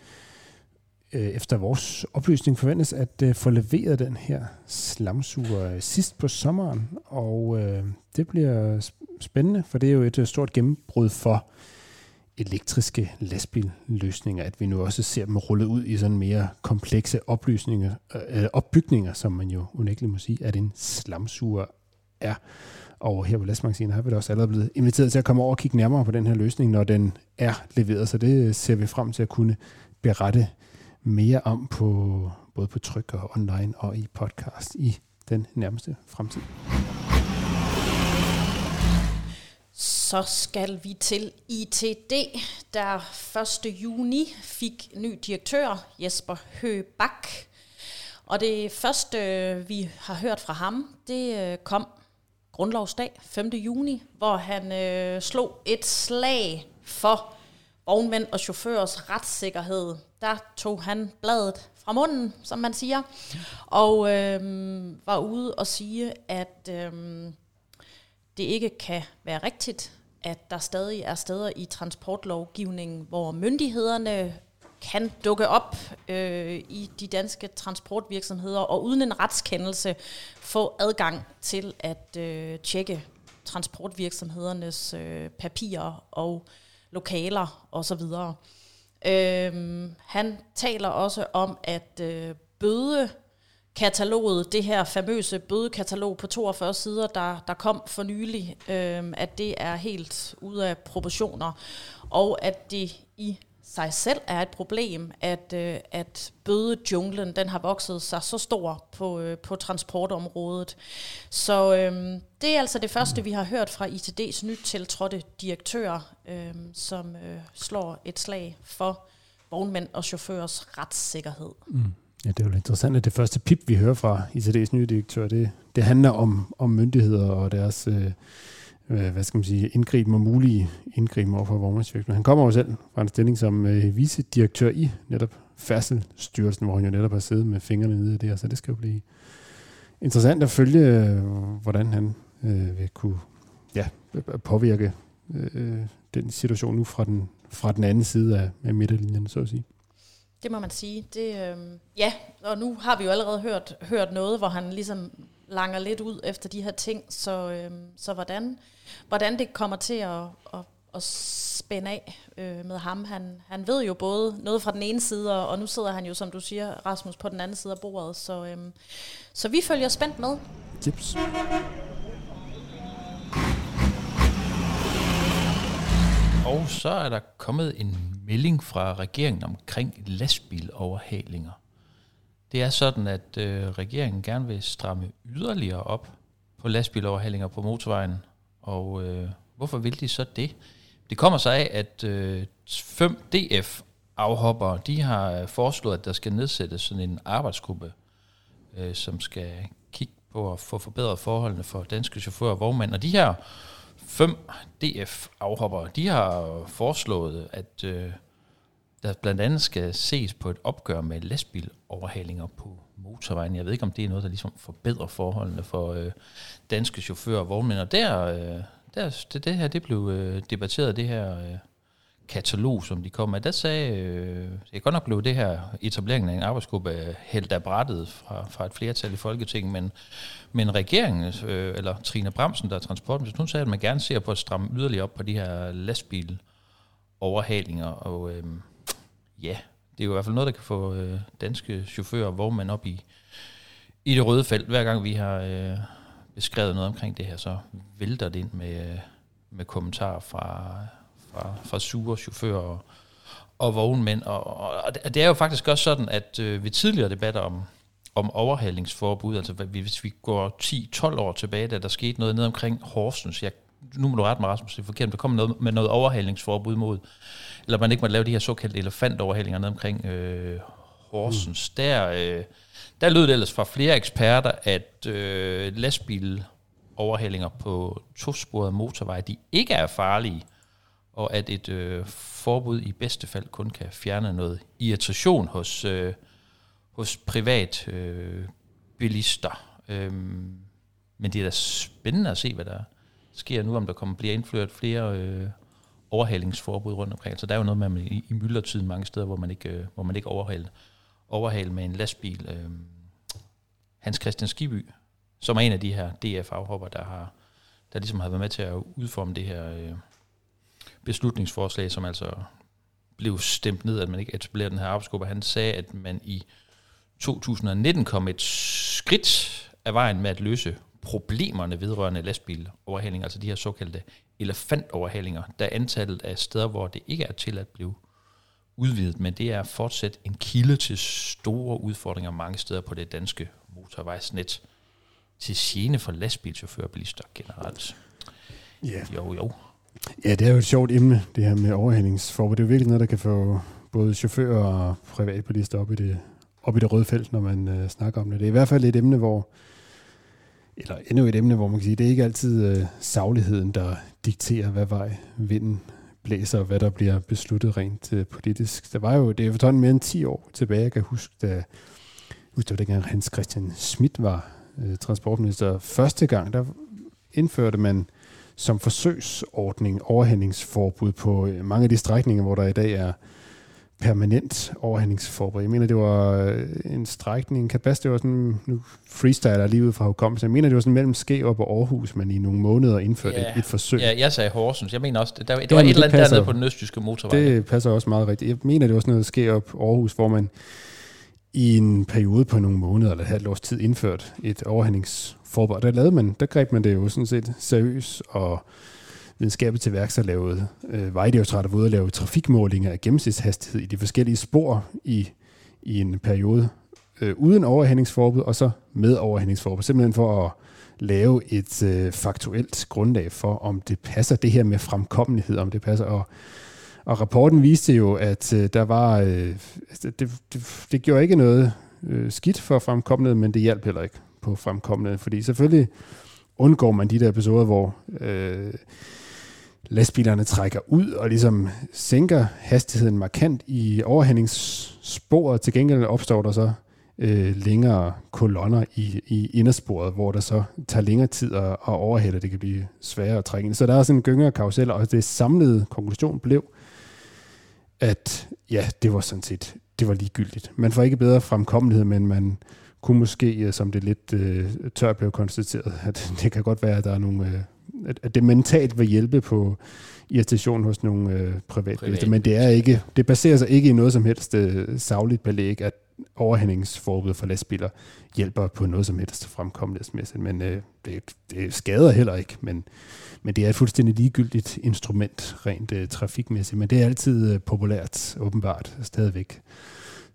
efter vores oplysning forventes at få leveret den her slamsuger sidst på sommeren, og det bliver spændende, for det er jo et stort gennembrud for elektriske lastbilløsninger, at vi nu også ser dem rullet ud i sådan mere komplekse opbygninger, som man jo unægteligt må sige, at en slamsuger er. Og her på Lastmagasinet har vi da også allerede blevet inviteret til at komme over og kigge nærmere på den her løsning, når den er leveret, så det ser vi frem til at kunne berette mere om på både på tryk og online og i podcast i den nærmeste fremtid. Så skal vi til ITD, der 1. juni fik ny direktør, Jesper Høgh Bak. Og det første, vi har hørt fra ham, det kom grundlovsdag 5. juni, hvor han slog et slag for vognmænd og chaufførers retssikkerhed. Der tog han bladet fra munden, som man siger, og var ude og sige, at det ikke kan være rigtigt, at der stadig er steder i transportlovgivningen, hvor myndighederne kan dukke op i de danske transportvirksomheder og uden en retskendelse få adgang til at tjekke transportvirksomhedernes papirer og lokaler osv. Han taler også om, at bødekataloget, det her famøse bødekatalog på 42 sider, der kom for nylig, at det er helt ude af proportioner, og at det i sig selv er et problem, at bødejunglen, den har vokset sig så stor på transportområdet. Så det er altså det første, vi har hørt fra ITD's nyt tiltrådte direktør, som slår et slag for vognmænd og chaufførers retssikkerhed. Ja, det er jo interessant, at det første pip, vi hører fra ITD's nye direktør, det handler om myndigheder og deres hvad skal man sige, indgriben og mulige indgriben over for vognmandsvirksomheder. Han kommer jo selv fra en stilling som vicedirektør i netop Færdselsstyrelsen, hvor han jo netop har siddet med fingrene nede i det, så det skal jo blive interessant at følge, hvordan han vil kunne påvirke den situation nu fra den anden side af midterlinjen, så at sige. Det må man sige. Og nu har vi jo allerede hørt noget, hvor han ligesom langer lidt ud efter de her ting, så hvordan det kommer til at spænde af med ham. Han ved jo både noget fra den ene side, og nu sidder han jo, som du siger, Rasmus, på den anden side af bordet, så vi følger spændt med. Tips. Og så er der kommet en melding fra regeringen omkring lastbiloverhalinger. Det er sådan, at regeringen gerne vil stramme yderligere op på lastbiloverhalinger på motorvejen. Og hvorfor vil de så det? Det kommer sig af, at 5 DF-afhoppere, de har foreslået, at der skal nedsættes sådan en arbejdsgruppe, som skal kigge på at få forbedret forholdene for danske chauffører og vognmænd. Og de her 5 DF-afhoppere, de har foreslået, at der blandt andet skal ses på et opgør med lastbiloverhalinger på motorvejen. Jeg ved ikke, om det er noget, der ligesom forbedrer forholdene for danske chauffører og vognmænd. Og det blev debatteret, det her katalog, som de kom med. Der sagde, det godt nok blev det her etableringen af en arbejdsgruppe hældt af brættet fra et flertal i Folketinget, men regeringen, eller Trine Bramsen, der er transportminister, hun sagde, at man gerne ser på at stramme yderligere op på de her lastbiloverhalinger, og ja, det er jo i hvert fald noget, der kan få danske chauffører og vognmænd op i det røde felt. Hver gang vi har beskrevet noget omkring det her, så vælter det ind med kommentarer fra sure chauffører og vognmænd. Og det er jo faktisk også sådan, at ved tidligere debatter om overhalingsforbud, altså hvis vi går 10-12 år tilbage, da der skete noget ned omkring Horsens, nu må du rette mig, Rasmus, det er forkert, der kom noget med noget overhalingsforbud mod, eller man ikke måtte lave de her såkaldte elefantoverhalinger ned omkring Horsens. Der lød det ellers fra flere eksperter, at lastbiloverhalinger på tosporede motorveje, de ikke er farlige, og at et forbud i bedste fald kun kan fjerne noget irritation hos privatbilister. Men det er da spændende at se, hvad der sker nu, om der bliver indført flere overhalingsforbud rundt omkring. Så der er jo noget med, at man i myldretiden mange steder, hvor man ikke overhaler med en lastbil. Hans Christian Skibby, som er en af de her DF-afhopper, der ligesom har været med til at udforme det her beslutningsforslag, som altså blev stemt ned, at man ikke etablerede den her arbejdsgruppe. Han sagde, at man i 2019 kom et skridt af vejen med at løse problemerne vedrørende lastbiloverhalinger, altså de her såkaldte elefantoverhalinger, der er antallet af steder, hvor det ikke er til at blive udvidet, men det er fortsat en kilde til store udfordringer mange steder på det danske motorvejsnet, til gene for lastbilchauffører og bilister generelt. Yeah. Jo. Ja, det er jo et sjovt emne, det her med overhalingsforbud. Det er jo virkelig noget, der kan få både chauffører og privatbilister op i det røde felt, når man snakker om det. Det er i hvert fald et emne, hvor man kan sige, det er ikke altid sagligheden, der dikterer, hvad vej vinden blæser, og hvad der bliver besluttet rent politisk. Det er efterhånden mere end 10 år tilbage. Jeg kan huske, det var dengang Hans Christian Schmidt var transportminister. Første gang, der indførte man som forsøgsordning overhalingsforbud på mange af de strækninger, hvor der i dag er permanent overhalingsforbud. Jeg mener, det var en strækning, det var sådan, nu freestyler lige ud fra hukommelsen. Jeg mener, det var sådan mellem Skærup og Aarhus, man i nogle måneder indførte et forsøg. Ja, jeg sagde Horsens. Jeg mener også, det var et eller andet dernede på den østjyske motorvej. Det passer også meget rigtigt. Jeg mener, det var sådan noget Skærup Aarhus, hvor man i en periode på nogle måneder eller et halvt års tid indført et overhalingsforbud. Der greb man det jo sådan set seriøst og videnskabeligt til værks og lavede Vejdirektoratet var ude at lave trafikmålinger af gennemsnitshastighed i de forskellige spor i en periode uden overhalingsforbud og så med overhalingsforbud. Simpelthen for at lave et faktuelt grundlag for, om det passer det her med fremkommelighed, om det passer. Og rapporten viste jo, at der var det gjorde ikke noget skidt for fremkommelighed, men det hjalp heller ikke på fremkommelighed, fordi selvfølgelig undgår man de der episoder, hvor lastbilerne trækker ud og ligesom sænker hastigheden markant i overhalingssporet. Til gengæld opstår der så længere kolonner i indersporet, hvor der så tager længere tid at overhælde. Det kan blive sværere at trække ind. Så der er sådan en gynger karusel, og det samlede konklusion blev, at ja, det var sådan set, det var ligegyldigt. Man får ikke bedre fremkommelighed, men man kunne måske, som det lidt tørt blev konstateret, at det kan godt være, at der er nogle, at det mentalt vil hjælpe på irritation hos nogle privatbilister, men det baserer sig ikke i noget som helst sagligt belæg, at overhalingsforbud for lastbiler hjælper på noget som helst fremkommelighedsmæssigt, men det skader heller ikke, men det er et fuldstændig ligegyldigt instrument rent trafikmæssigt, men det er altid populært, åbenbart, stadigvæk.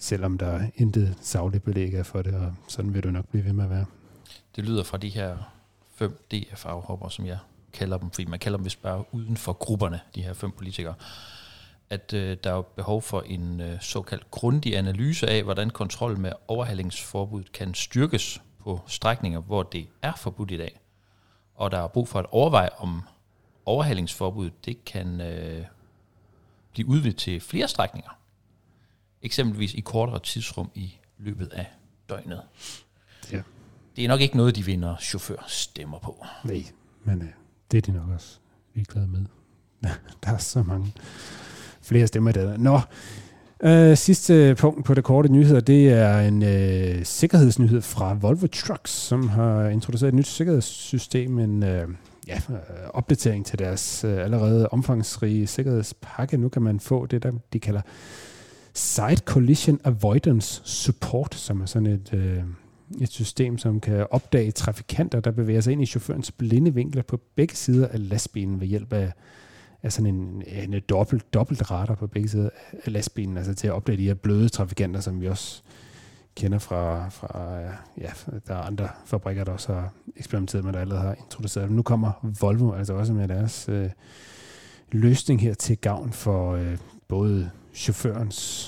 selvom der er intet sagligt belæg er for det, og sådan vil det nok blive ved med at være. Det lyder fra de her 5 DF-afhopper, som jeg kalder dem, fordi man kalder dem vist bare uden for grupperne, de her 5 politikere, at der er behov for en såkaldt grundig analyse af, hvordan kontrol med overhalingsforbuddet kan styrkes på strækninger, hvor det er forbudt i dag. Og der er brug for at overveje, om overhalingsforbuddet det kan blive udvidet til flere strækninger. Eksempelvis i kortere tidsrum i løbet af døgnet. Ja. Det er nok ikke noget, de vinder chauffør stemmer på. Nej, men det er de nok også ligeglade med. Der er så mange flere stemmer der. Nå, sidste punkt på det korte nyheder, det er en sikkerhedsnyhed fra Volvo Trucks, som har introduceret et nyt sikkerhedssystem, en opdatering til deres allerede omfangsrige sikkerhedspakke. Nu kan man få det, der de kalder Side Collision Avoidance Support, som er sådan et system, som kan opdage trafikanter, der bevæger sig ind i chaufførens blinde vinkler på begge sider af lastbilen ved hjælp af sådan en dobbelt radar på begge sider af lastbilen, altså til at opdage de her bløde trafikanter, som vi også kender fra der er andre fabrikker, der også har eksperimenteret med, der allerede har introduceret det. Nu kommer Volvo altså også med deres løsning her til gavn for både chaufførens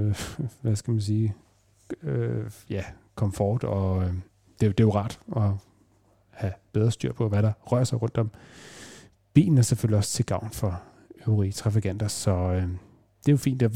komfort, og det er jo rart at have bedre styr på, hvad der rører sig rundt om. Bilen er selvfølgelig også til gavn for øvrige trafikanter, så det er jo fint, at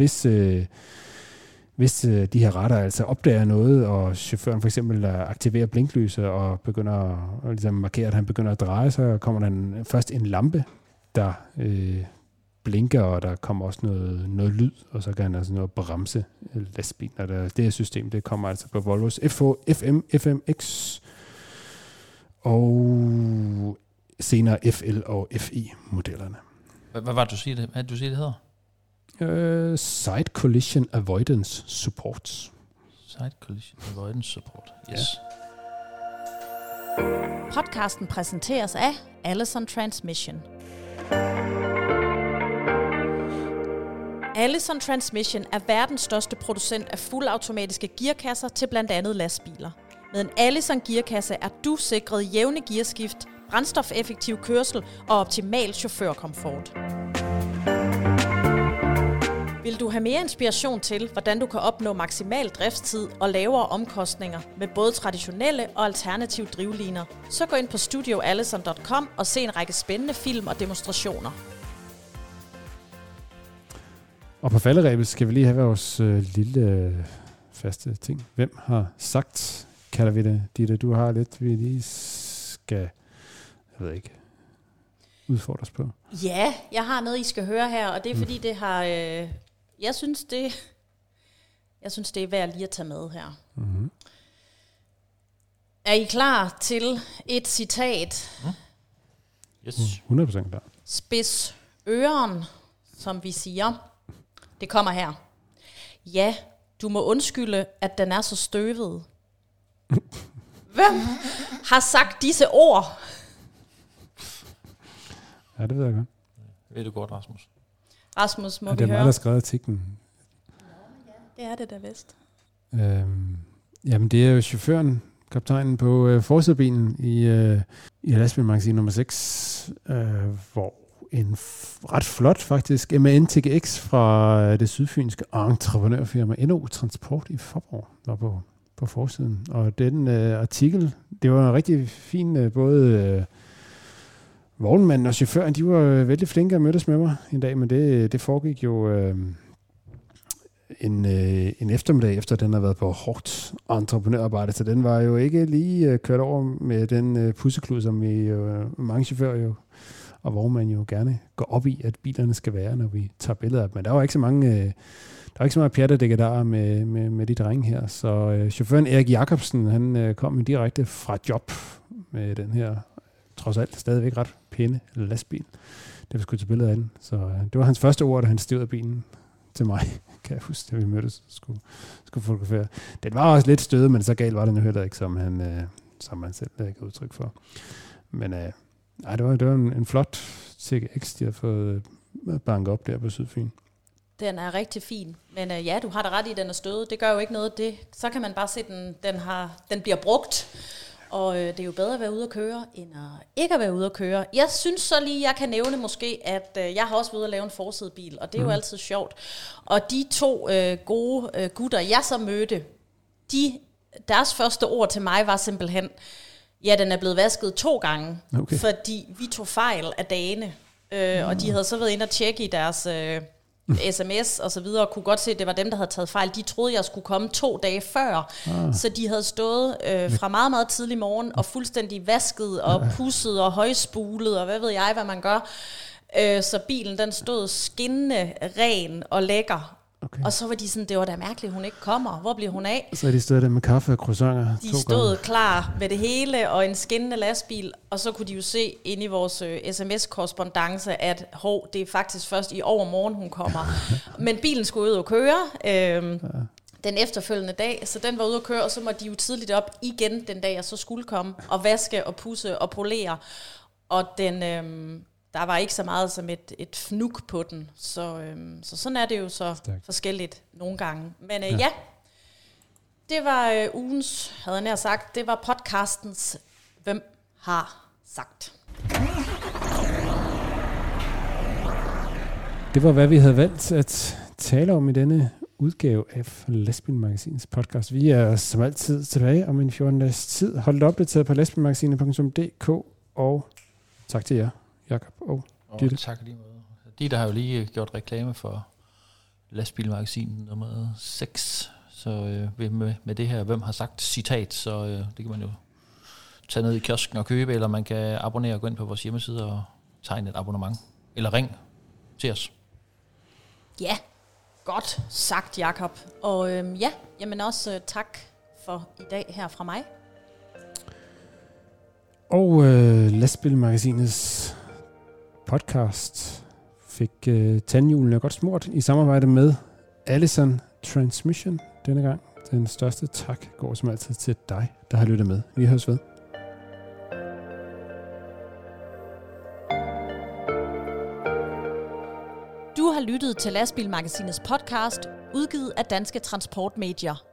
hvis de her radar altså opdager noget, og chaufføren for eksempel aktiverer blinklyset og begynder at ligesom markere, at han begynder at dreje, så kommer der først en lampe, der blinker, og der kommer også noget lyd, og så kan han altså noget bremse lastbilen. Og det her system, det kommer altså på Volvos FM, FMX og senere FL og FI-modellerne. Hvad var det, du siger det? Hvad du siger, det hedder? Side Collision Avoidance Support. Side Collision Avoidance Support, yes. Ja. Podcasten præsenteres af Allison Transmission. Allison Transmission er verdens største producent af fuldautomatiske gearkasser til blandt andet lastbiler. Med en Allison gearkasse er du sikret jævne gearskift, brændstofeffektiv kørsel og optimal chaufførkomfort. Vil du have mere inspiration til, hvordan du kan opnå maksimal driftstid og lavere omkostninger med både traditionelle og alternative drivliner, så gå ind på studioallison.com og se en række spændende film og demonstrationer. Og på falderebet skal vi lige have vores lille faste ting. Hvem har sagt, kalder vi det, Ditte, du har lidt, vi lige skal, jeg ved ikke, udfordre os på. Ja, jeg har noget, I skal høre her, og det er fordi, det har, jeg synes, det er værd lige at tage med her. Mm-hmm. Er I klar til et citat? Yes. 100% klar. Spids øren, som vi siger. Det kommer her. Ja, du må undskylde, at den er så støvet. Hvem har sagt disse ord? Ja, det ved jeg godt. Ved du godt, Rasmus? Rasmus, må vi høre? Det er mig, der skrev artiklen. Ja, det er det da vist. Jamen, det er jo chaufføren, kaptajnen på forsidebilen i lastbilmagasin nummer 6, hvor en ret flot faktisk MAN TGX fra det sydfynske entreprenørfirma NO Transport i Faaborg var på forsiden. Og den artikel, det var en rigtig fin, både vognmanden og chaufføren, de var vældig flinke at mødes med mig en dag, men det foregik jo en eftermiddag, efter den har været på hårdt entreprenørarbejde, så den var jo ikke lige kørt over med den pusseklud, som vi mange chauffører jo og vognmænd jo gerne går op i, at bilerne skal være, når vi tager billeder af dem. Men der var ikke så mange pjattedækker der med de drenge her. Så chaufføren Erik Jacobsen, han kom direkte fra job med den her, trods alt stadigvæk ret pæne lastbil, da vi skulle tage billeder af den. Så det var hans første ord, da han stod af bilen til mig, kan jeg huske, da vi mødtes og skulle fotografere. Det var også lidt stødet, men så galt var det nu heller ikke, som han selv gav udtryk for. Men det var en flot TGX, de har fået banket op der på Sydfyn. Den er rigtig fin. Men ja, du har da ret i, den er stødet. Det gør jo ikke noget. Så kan man bare se, den bliver brugt. Og det er jo bedre at være ude at køre, end at ikke at være ude at køre. Jeg synes så lige, jeg kan nævne måske, at jeg har også været ude at lave en forsidebil, og det er jo altid sjovt. Og de 2 gode gutter, jeg så mødte, deres første ord til mig var simpelthen, ja, den er blevet vasket 2 gange, fordi vi tog fejl af dagene. Og de havde så været inde og tjekke i deres sms og så videre, og kunne godt se, at det var dem, der havde taget fejl. De troede, jeg skulle komme 2 dage før, så de havde stået fra meget, meget tidlig morgen og fuldstændig vasket og pudset og højspulet, og hvad ved jeg, hvad man gør. Så bilen, den stod skinnende, ren og lækker. Okay. Og så var de sådan, det var da mærkeligt, hun ikke kommer. Hvor bliver hun af? Så de stod der med kaffe og croissanter. De stod klar med det hele og en skinnende lastbil, og så kunne de jo se inde i vores sms-korrespondance, at det er faktisk først i overmorgen, hun kommer. Men bilen skulle ud og køre den efterfølgende dag, så den var ude at køre, og så måtte de jo tidligt op igen den dag, jeg så skulle komme, og vaske og pudse og polere. Og den... der var ikke så meget som et fnuk på den, så sådan er det jo så forskelligt nogle gange. Men ja, det var ugens, havde jeg nær sagt, det var podcastens Hvem har sagt. Det var, hvad vi havde valgt at tale om i denne udgave af Lastbilmagasinets podcast. Vi er som altid tilbage om en 14 dages tid. Hold det opdateret på lastbilmagasinet.dk, og tak til jer, Jakob og Ditte. Tak lige måde. Ditte har jo lige gjort reklame for Lastbilmagasinet nummer 6, så med det her, hvem har sagt citat, så det kan man jo tage ned i kiosken og købe, eller man kan abonnere og gå ind på vores hjemmeside og tegne et abonnement, eller ring til os. Ja, godt sagt, Jakob. Og ja, jamen også tak for i dag her fra mig. Og Lastbilmagasinets podcast fik tandhjulene godt smurt i samarbejde med Allison Transmission denne gang. Den største tak går som altid til dig, der har lyttet med. Vi høres ved. Du har lyttet til Lastbilmagasinets podcast, udgivet af Danske Transportmedier.